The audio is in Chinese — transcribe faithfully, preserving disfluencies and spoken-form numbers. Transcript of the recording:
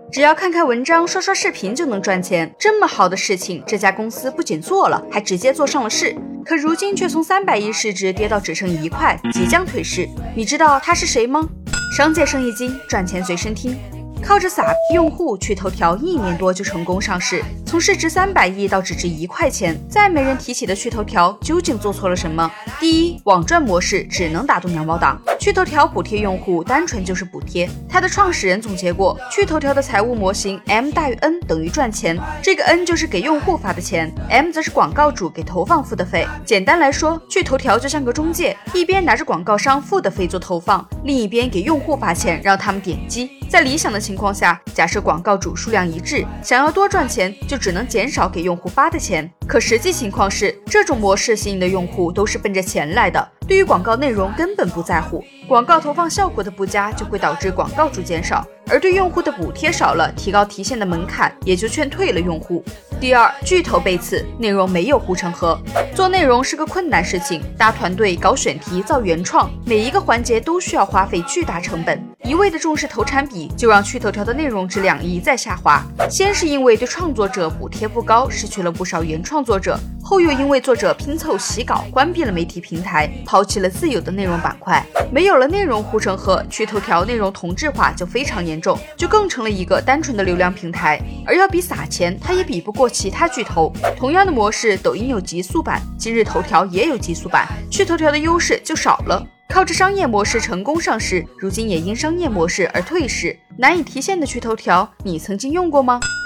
只要看看文章刷刷视频就能赚钱，这么好的事情，这家公司不仅做了，还直接做上了市。可如今却从三百亿市值跌到只剩一块，即将退市。你知道他是谁吗？商界生意经，赚钱随身听。靠着撒用户，趣头条一年多就成功上市，从市值三百亿到只值一块钱，再没人提起的趣头条究竟做错了什么？第一，网赚模式只能打动羊毛党。趣头条补贴用户单纯就是补贴，它的创始人总结过，趣头条的财务模型 M 大于 N 等于赚钱，这个 N 就是给用户发的钱， M 则是广告主给投放付的费。简单来说，趣头条就像个中介，一边拿着广告商付的费做投放，另一边给用户发钱让他们点击。在理想的情况下，假设广告主数量一致，想要多赚钱就只能减少给用户发的钱。可实际情况是，这种模式吸引的用户都是奔着钱来的，对于广告内容根本不在乎。广告投放效果的不佳就会导致广告主减少，而对用户的补贴少了，提高提现的门槛，也就劝退了用户。第二，巨头背刺，内容没有护城河。做内容是个困难事情，搭团队、搞选题、造原创，每一个环节都需要花费巨大成本。一味的重视投产比，就让趣头条的内容质量一再下滑。先是因为对创作者补贴不高，失去了不少原创作者，后又因为作者拼凑洗稿，关闭了媒体平台，抛弃了自有的内容板块。没有了内容护城河，趣头条内容同质化就非常严重，就更成了一个单纯的流量平台。而要比撒钱，它也比不过其他巨头。同样的模式，抖音有极速版，今日头条也有极速版，趣头条的优势就少了。靠着商业模式成功上市，如今也因商业模式而退市。难以提现的趣头条，你曾经用过吗？